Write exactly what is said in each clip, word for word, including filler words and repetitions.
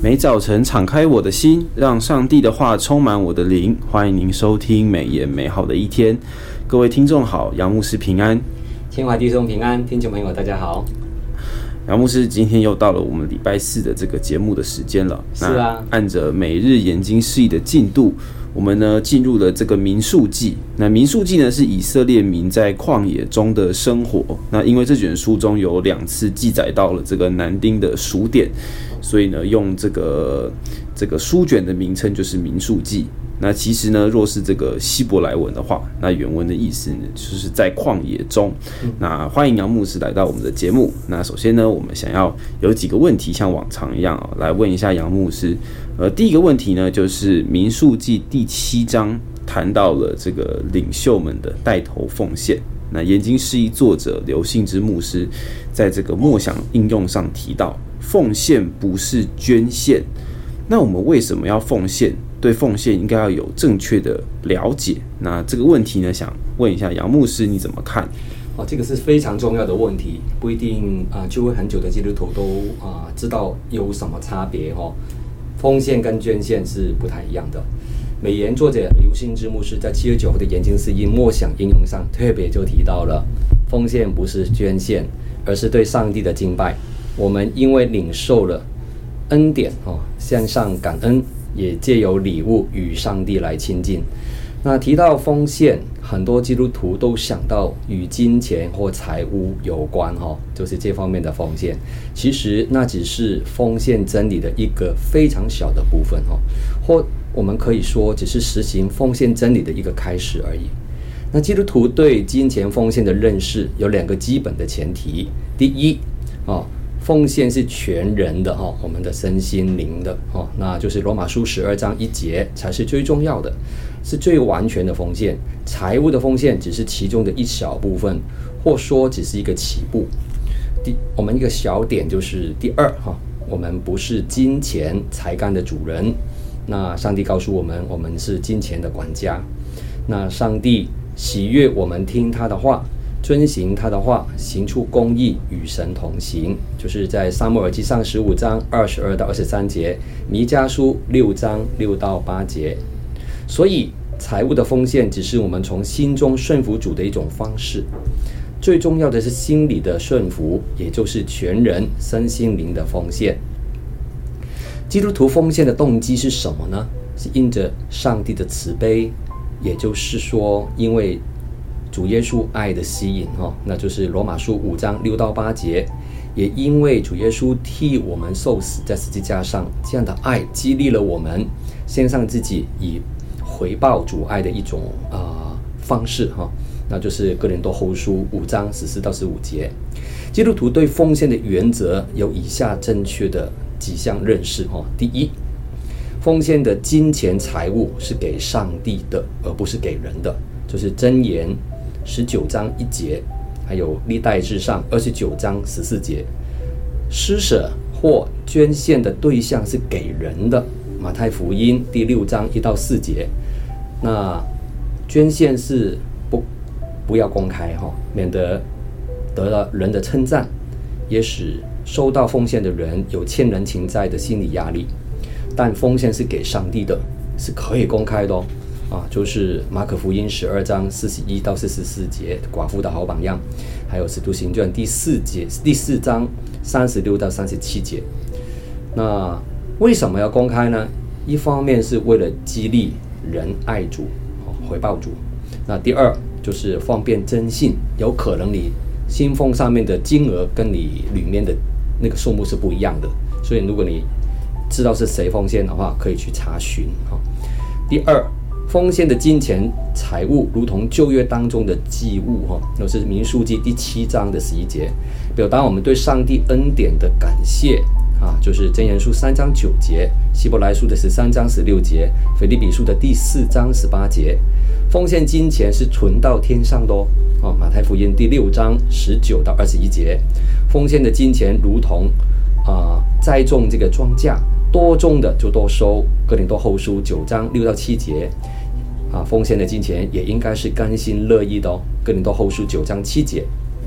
每早晨敞开我的心，让上帝的话充满我的灵。欢迎您收听美言美好的一天。各位听众好，杨牧师平安。 清华弟兄平安，听众朋友大家好。 杨牧师，今天又到了我们礼拜四的这个节目的时间了。 是啊， 按着每日研经释义的进度，我们呢进入了这个民数记。那民数记呢是以色列民在旷野中的生活。那因为这卷书中有两次记载到了这个男丁的数点，所以呢用这个这个书卷的名称就是民数记。那其实呢，若是这个希伯来文的话，那原文的意思呢，就是在旷野中。那欢迎杨牧师来到我们的节目。那首先呢，我们想要有几个问题，像往常一样、哦、来问一下杨牧师。呃，第一个问题呢，就是民数记第七章谈到了这个领袖们的带头奉献。那研经释义作者刘信之牧师在这个默想应用上提到，奉献不是捐献。那我们为什么要奉献？对奉献应该要有正确的了解。那这个问题呢，想问一下杨牧师，你怎么看？ 哦，这个是非常重要的问题，不一定啊，就会很久的基督徒都啊知道有什么差别哦。奉献跟捐献是不太一样的。美言作者刘信之牧师在七月九号的研经释义默想应用上特别就提到了，奉献不是捐献，而是对上帝的敬拜。我们因为领受了恩典哦，向上感恩。也借由礼物与上帝来亲近。那提到奉献，很多基督徒都想到与金钱或财物有关、哦、就是这方面的奉献。其实那只是奉献真理的一个非常小的部分、哦、或我们可以说只是实行奉献真理的一个开始而已。那基督徒对金钱奉献的认识有两个基本的前提。第一、哦奉献是全人的、哦、我们的身心灵的、哦、那就是罗马书十二章一节才是最重要的，是最完全的奉献。财务的奉献只是其中的一小部分，或说只是一个起步。第我们一个小点就是第二、哦、我们不是金钱才干的主人。那上帝告诉我们，我们是金钱的管家。那上帝喜悦我们听他的话，遵行他的话，行出公义，与神同行，就是在撒母耳记上十五章二十二到二十三节，弥迦书六章六到八节。所以财务的奉献只是我们从心中顺服主的一种方式，最重要的是心理的顺服，也就是全人身心灵的奉献。基督徒奉献的动机是什么呢？是因着上帝的慈悲，也就是说因为主耶稣爱的吸引、哦、那就是罗马书五章六到八节。也因为主耶稣替我们受死在十字架上，这样的爱激励了我们献上自己，以回报主爱的一种、呃、方式、哦、那就是哥林多后书五章十四到十五节。基督徒对奉献的原则有以下正确的几项认识、哦、第一，奉献的金钱财物是给上帝的，而不是给人的，就是箴言十九章一节，还有历代志上二十九章十四节。施舍或捐献的对象是给人的，马太福音第六章一到四节。那捐献是不不要公开、哦、免得得了人的称赞，也使收到奉献的人有欠人情债的心理压力。但奉献是给上帝的，是可以公开的哦。啊，就是马可福音十二章四十一到四十四节，寡妇的好榜样，还有使徒行传第四节第四章三十六到三十七节。那为什么要公开呢？一方面是为了激励人爱主，回报主。那第二就是方便征信，有可能你信封上面的金额跟你里面的那个数目是不一样的，所以如果你知道是谁奉献的话，可以去查询。第二，奉献的金钱财物如同旧约当中的祭物，那是民数记第七章的十一节，表达我们对上帝恩典的感谢啊，就是箴言书三章九节，希伯来书的十三章十六节，腓立比书的第四章十八节。奉献金钱是存到天上的哦，啊，马太福音第六章十九到二十一节，奉献的金钱如同啊栽种这个庄稼，多种的就多收，哥林多后书九章六到七节。啊，奉献的金钱也应该是甘心乐意的哦，哥林多后书九章七节。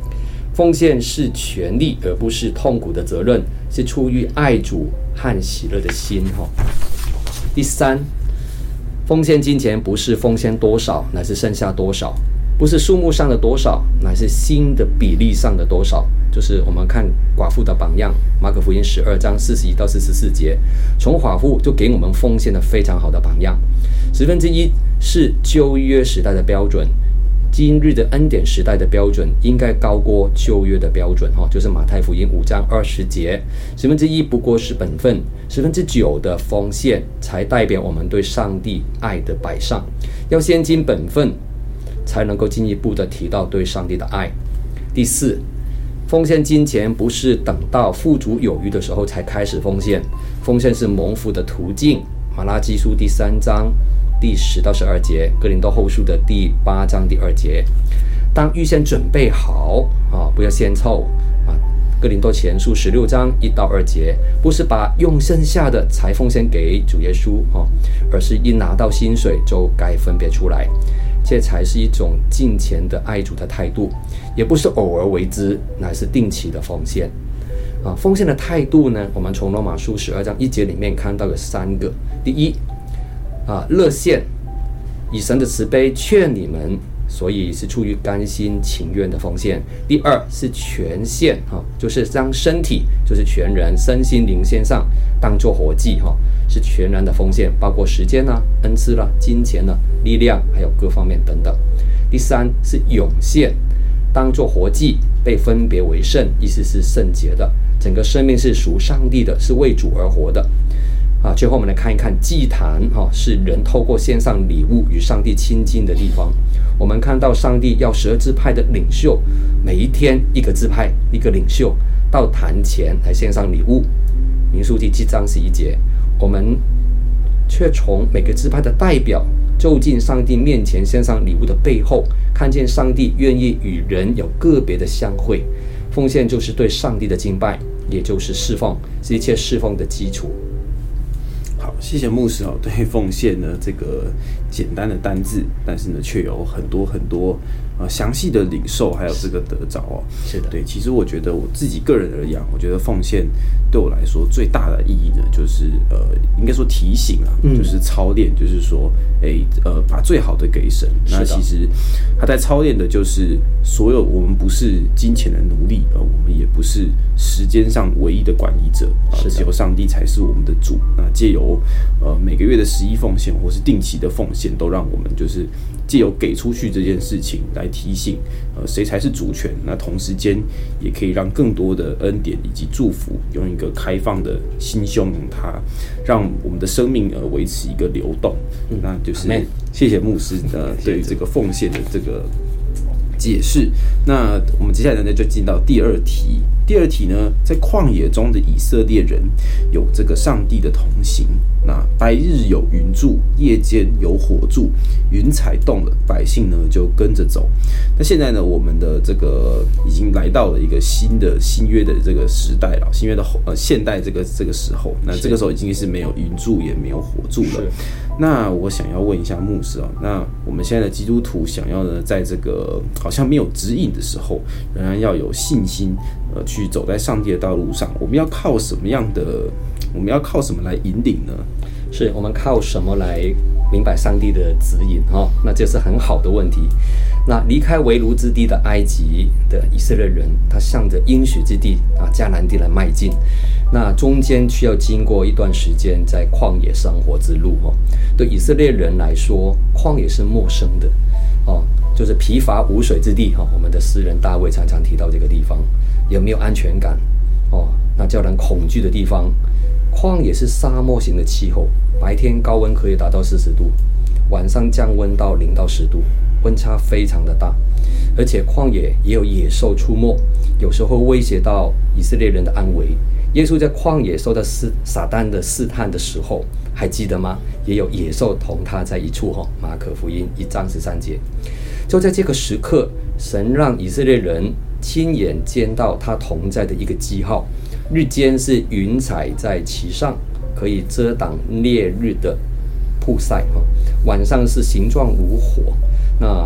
奉献是权利而不是痛苦的责任，是出于爱主和喜乐的心。第三，奉献金钱不是奉献多少，乃是剩下多少，不是数目上的多少，乃是心的比例上的多少。就是我们看寡妇的榜样，马可福音十二章四十一到四十四节，从寡妇就给我们奉献了非常好的榜样。十分之一是旧约时代的标准，今日的恩典时代的标准应该高过旧约的标准，就是马太福音五章二十节，十分之一不过是本分，十分之九的奉献才代表我们对上帝爱的摆上，要先尽本分，才能够进一步的提到对上帝的爱。第四，奉献金钱不是等到富足有余的时候才开始奉献，奉献是蒙福的途径。马拉基书第三章第十到十二节，哥林多后书的第八章第二节，当预先准备好啊，不要先凑啊。哥林多前书十六章一到二节，不是把用剩下的才奉献给主耶稣啊，而是一拿到薪水就该分别出来，这才是一种敬虔的爱主的态度，也不是偶尔为之，乃是定期的奉献。啊，奉献的态度呢，我们从罗马书十二章一节里面看到有三个。第一，啊，乐献，以神的慈悲劝你们，所以是出于甘心情愿的奉献。第二是全献，哈、啊，就是将身体，就是全人身心灵献上，当作活祭，哈、啊，是全然的奉献，包括时间啦、恩赐啦、金钱啦、力量，还有各方面等等。第三是涌献，当作活祭，被分别为圣，意思是圣洁的，整个生命是属上帝的，是为主而活的。啊，最后我们来看一看祭坛，哈、啊，是人透过献上礼物与上帝亲近的地方。我们看到上帝要十二支派的领袖，每一天一个支派一个领袖到坛前来献上礼物。民数记七章十一节，我们却从每个支派的代表就近上帝面前献上礼物的背后，看见上帝愿意与人有个别的相会。奉献就是对上帝的敬拜，也就是侍奉，是一切侍奉的基础。 好，谢谢牧师哦。对奉献呢这个简单的单字，但是呢却有很多很多呃详细的领受，还有这个得着哦。 是的， 对，其实我觉得我自己个人而言，我觉得奉献对我来说最大的意义呢，就是呃应该说提醒啊，嗯、就是操练，就是说，哎呃把最好的给神。那其实他在操练的就是所有我们不是金钱的奴隶，呃我们也不是时间上唯一的管理者，呃、只有上帝才是我们的主。那借由呃每个月的十一奉献或是定期的奉献，都让我们就是借由给出去这件事情来提醒呃谁才是主权。那同时间也可以让更多的恩典以及祝福用一个开放的心胸，它让我们的生命呃维持一个流动。嗯、那就是谢谢牧师呃对于这个奉献的这个解释。那我们接下来呢就进到第二题。第二题呢，在旷野中的以色列人有这个上帝的同行。那白日有云柱，夜间有火柱，云彩动了，百姓呢就跟着走。那现在呢，我们的这个已经来到了一个新的新约的这个时代了，新约的呃现代这个这个时候，那这个时候已经是没有云柱也没有火柱了。那我想要问一下牧师啊，那我们现在的基督徒想要呢，在这个好像没有指引的时候，仍然要有信心，呃，去走在上帝的道路上，我们要靠什么样的？我们要靠什么来引领呢？ 是我们靠什么来明白上帝的指引？哈、哦，那这是很好的问题。那离开为奴之地的埃及的以色列人，他向着应许之地啊迦南地来迈进。那中间需要经过一段时间在旷野生活之路哦。对以色列人来说，旷野是陌生的哦，就是疲乏无水之地哈、哦。我们的诗人大卫常常提到这个地方，有没有安全感哦？那叫人恐惧的地方。旷野是沙漠型的气候，白天高温可以达到四十度，晚上降温到零到十度，温差非常的大。而且旷野也有野兽出没，有时候威胁到以色列人的安危。耶稣在旷野受到撒旦的试探的时候，还记得吗？也有野兽同他在一处哈。马可福音一章十三节。就在这个时刻，神让以色列人亲眼见到他同在的一个记号。日间是云彩在其上，可以遮挡烈日的曝晒，晚上是形状如火。那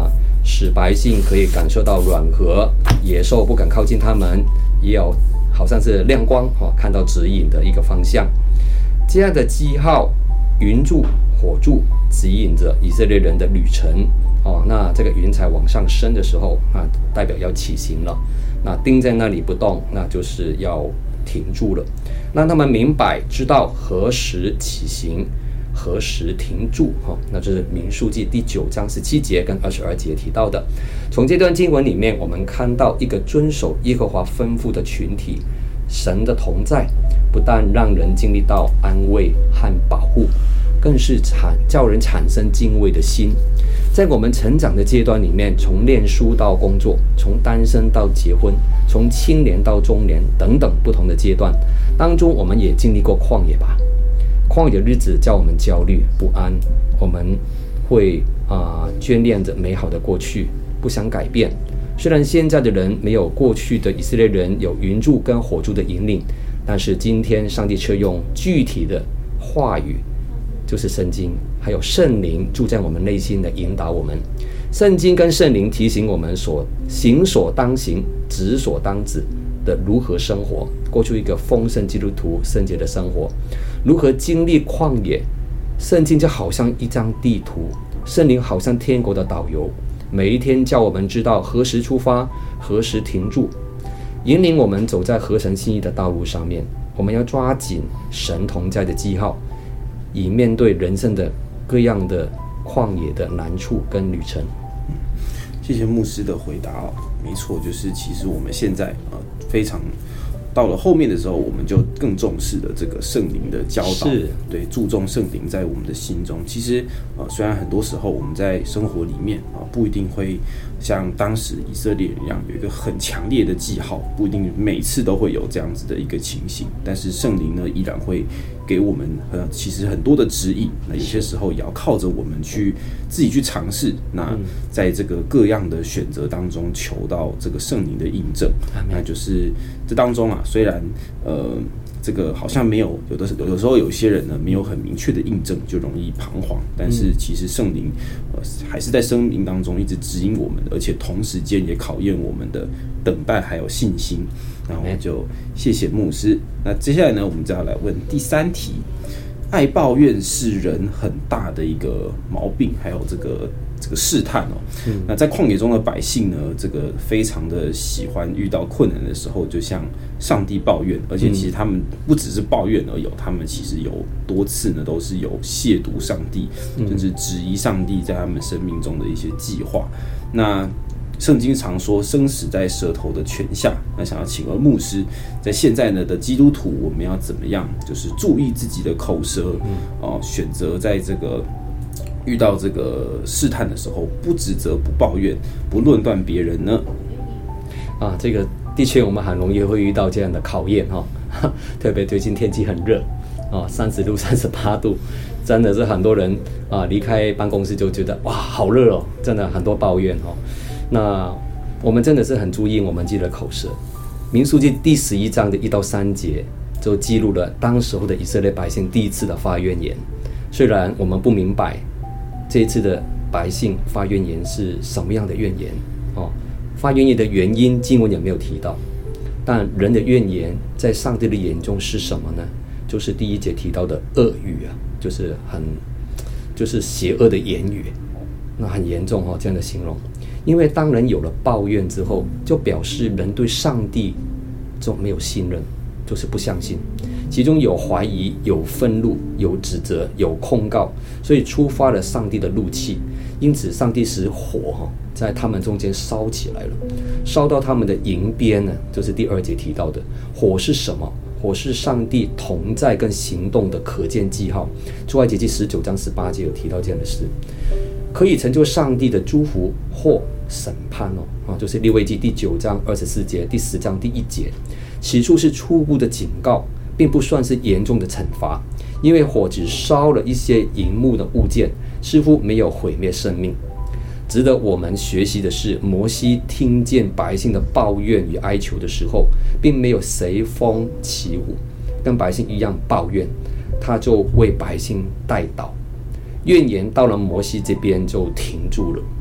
使百姓可以感受到软和，野兽不敢靠近他们，也有好像是亮光哦，看到指引的一个方向。这样的记号，云柱、火柱指引着以色列人的旅程哦。那这个云彩往上升的时候啊，代表要起行了。那定在那里不动，那就是要停住了。让他们明白知道何时起行，何时停住哈，那就是民数记第九章十七节跟二十二节提到的。从这段经文里面，我们看到一个遵守耶和华吩咐的群体，神的同在不但让人经历到安慰和保护，更是产叫人产生敬畏的心。在我们成长的阶段里面，从念书到工作，从单身到结婚，从青年到中年等等不同的阶段当中，我们也经历过旷野吧。旷野的日子叫我们焦虑不安，我们会啊、呃、眷恋着美好的过去，不想改变。虽然现在的人没有过去的以色列人有云柱跟火柱的引领，但是今天上帝却用具体的话语，就是圣经，还有圣灵住在我们内心的引导我们。圣经跟圣灵提醒我们所行所当行，止所当止的如何生活，过出一个丰盛基督徒圣洁的生活，如何经历旷野。圣经就好像一张地图，圣灵好像天国的导游，每一天叫我们知道何时出发，何时停住，引领我们走在合神心意的道路上面。我们要抓紧神同在的记号，以面对人生的各样的旷野的难处跟旅程。 谢谢牧师的回答哦，没错，就是其实我们现在呃非常到了后面的时候，我们就更重视了这个圣灵的教导，对，注重圣灵在我们的心中。其实呃虽然很多时候我们在生活里面啊、呃、不一定会像当时以色列一样有一个很强烈的记号，不一定每次都会有这样子的一个情形，但是圣灵呢依然会给我们呃其实很多的指引。那有些时候也要靠着我们去自己去尝试，那在这个各样的选择当中求到这个圣灵的印证。那就是这当中啊，虽然呃这个好像没有有的有的时候有些人呢没有很明确的印证，就容易彷徨。但是其实圣灵呃还是在生命当中一直指引我们，而且同时间也考验我们的等待还有信心。然后就谢谢牧师。那接下来呢，我们就要来问第三题。爱抱怨是人很大的一个毛病，还有这个这个试探哦。嗯、那在旷野中的百姓呢，这个非常的喜欢遇到困难的时候，就向上帝抱怨，而且其实他们不只是抱怨而已，他们其实有多次呢，都是有亵渎上帝，甚至质疑上帝在他们生命中的一些计划。那圣经常说生死在舌头的权下，那想要请问牧师，在现在呢的基督徒，我们要怎么样，就是注意自己的口舌，哦，选择在这个遇到这个试探的时候，不指责、不抱怨、不论断别人呢？ 啊，这个的确我们很容易会遇到这样的考验哈、哦，特别最近天气很热啊，三十度、三十八度，真的是很多人啊离开办公室就觉得哇好热哦，真的很多抱怨哦。那我们真的是很注意我们自己的口舌。民数记第十一章的一到三节就记录了当时候的以色列百姓第一次的发怨言。虽然我们不明白这一次的百姓发怨言是什么样的怨言哦，发怨言的原因经文也没有提到，但人的怨言在上帝的眼中是什么呢？就是第一节提到的恶语啊，就是很就是邪恶的言语，那很严重哦，这样的形容。因为当人有了抱怨之后，就表示人对上帝就没有信任，就是不相信，其中有怀疑、有愤怒、有指责、有控告，所以触发了上帝的怒气。因此上帝使火在他们中间烧起来了，烧到他们的营边呢，就是第二节提到的火是什么？火是上帝同在跟行动的可见记号。出埃及记十九章十八节有提到这样的事，可以成就上帝的祝福或审判哦，啊，就是利未记第九章二十四节、第十章第一节。起初是初步的警告，并不算是严重的惩罚，因为火只烧了一些荧幕的物件，似乎没有毁灭生命。值得我们学习的是，摩西听见百姓的抱怨与哀求的时候，并没有随风起舞，跟百姓一样抱怨，他就为百姓代祷。怨言到了摩西这边就停住了。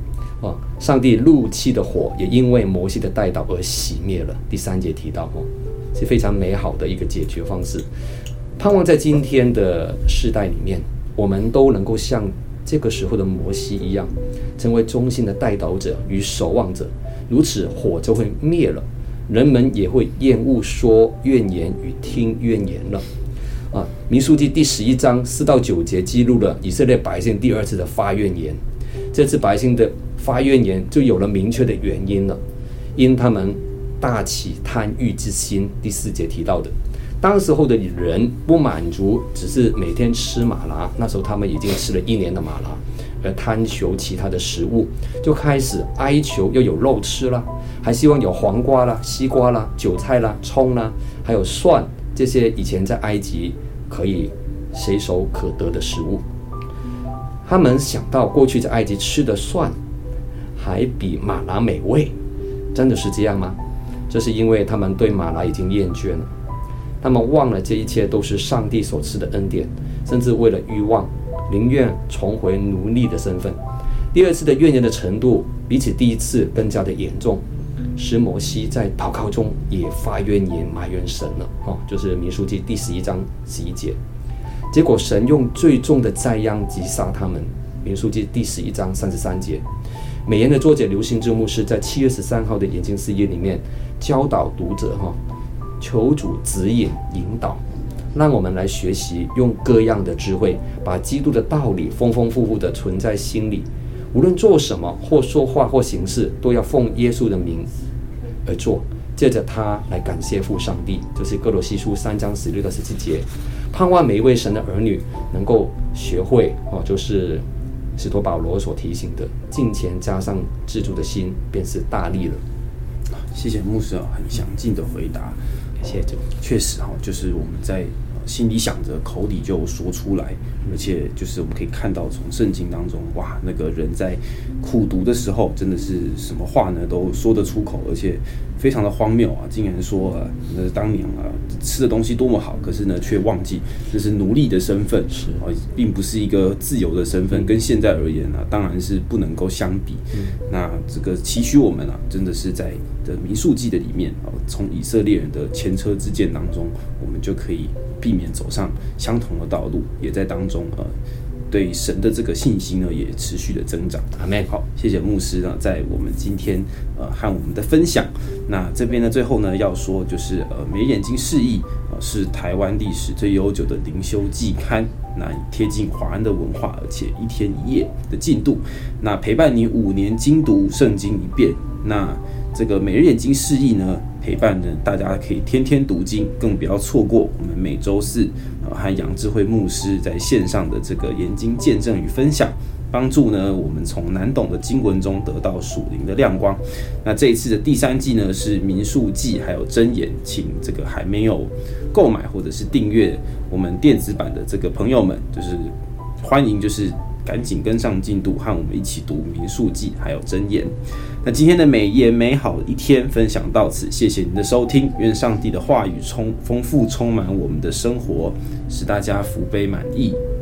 啊，上帝怒气的火也因为摩西的代祷而熄灭了。第三节提到哦，是非常美好的一个解决方式。盼望在今天的世代里面，我们都能够像这个时候的摩西一样，成为忠心的代祷者与守望者，如此火就会灭了，人们也会厌恶说怨言与听怨言了。啊，民数记第十一章四到九节记录了以色列百姓第二次的发怨言。这次百姓的发怨言就有了明确的原因了，因他们大起贪欲之心。第四节提到的，当时候的人不满足只是每天吃玛拿，那时候他们已经吃了一年的玛拿，而贪求其他的食物，就开始哀求要有肉吃啦，还希望有黄瓜啦、西瓜啦、韭菜啦、葱啦，还有蒜，这些以前在埃及可以随手可得的食物。他们想到过去在埃及吃的蒜还比玛拿美味，真的是这样吗？这是因为他们对玛拿已经厌倦了，他们忘了这一切都是上帝所赐的恩典，甚至为了欲望宁愿重回奴隶的身份。第二次的怨言的程度比起第一次更加的严重，使摩西在祷告中也发怨言埋怨神了、哦、就是民数记第十一章十一节。结果神用最重的灾殃击杀他们，民数记第十一章三十三节。美言的作者刘兴之牧师在七月十三号的眼睛事业里面教导读者、哦、求主指引引导，让我们来学习用各样的智慧把基督的道理丰丰富富的存在心里，无论做什么或说话或行事，都要奉耶稣的名而做，借着他来感谢父上帝，就是哥罗西书三章十六到十七节。盼望每一位神的儿女能够学会、哦、就是使徒保罗所提醒的，敬虔加上知足的心便是大利了。 谢谢牧师很详尽的回答。 谢谢主。 确实就是我们在心里想着，口里就说出来，而且就是我们可以看到从圣经当中，哇，那个人在苦读的时候，真的是什么话呢都说得出口，而且非常的荒谬啊！竟然说呃，那当年啊吃的东西多么好，可是呢却忘记这是奴隶的身份，是啊，并不是一个自由的身份，跟现在而言啊，当然是不能够相比。嗯、那这个期许我们啊，真的是在的民数记的里面啊，从以色列人的前车之鉴当中，我们就可以避免走上相同的道路，也在当中呃，对神的这个信心呢，也持续的增长。 阿们。 好，谢谢牧师呢，在我们今天呃和我们的分享。那这边呢，最后呢要说，就是呃，每眼睛释义呃是台湾历史最悠久的灵修季刊，那贴近华人的文化，而且一天一夜的进度，那陪伴你五年精读圣经一遍。那这个每日眼睛释义呢，陪伴呢大家可以天天读经，更不要错过我们每周四呃和杨智慧牧师在线上的这个研经见证与分享，帮助呢我们从难懂的经文中得到属灵的亮光。那这一次的第三季呢是民数记还有箴言，请这个还没有购买或者是订阅我们电子版的这个朋友们，就是欢迎就是赶紧跟上进度，和我们一起读民数记还有箴言。那今天的美言美好一天分享到此，谢谢您的收听，愿上帝的话语充丰富充满我们的生活，使大家福杯满溢。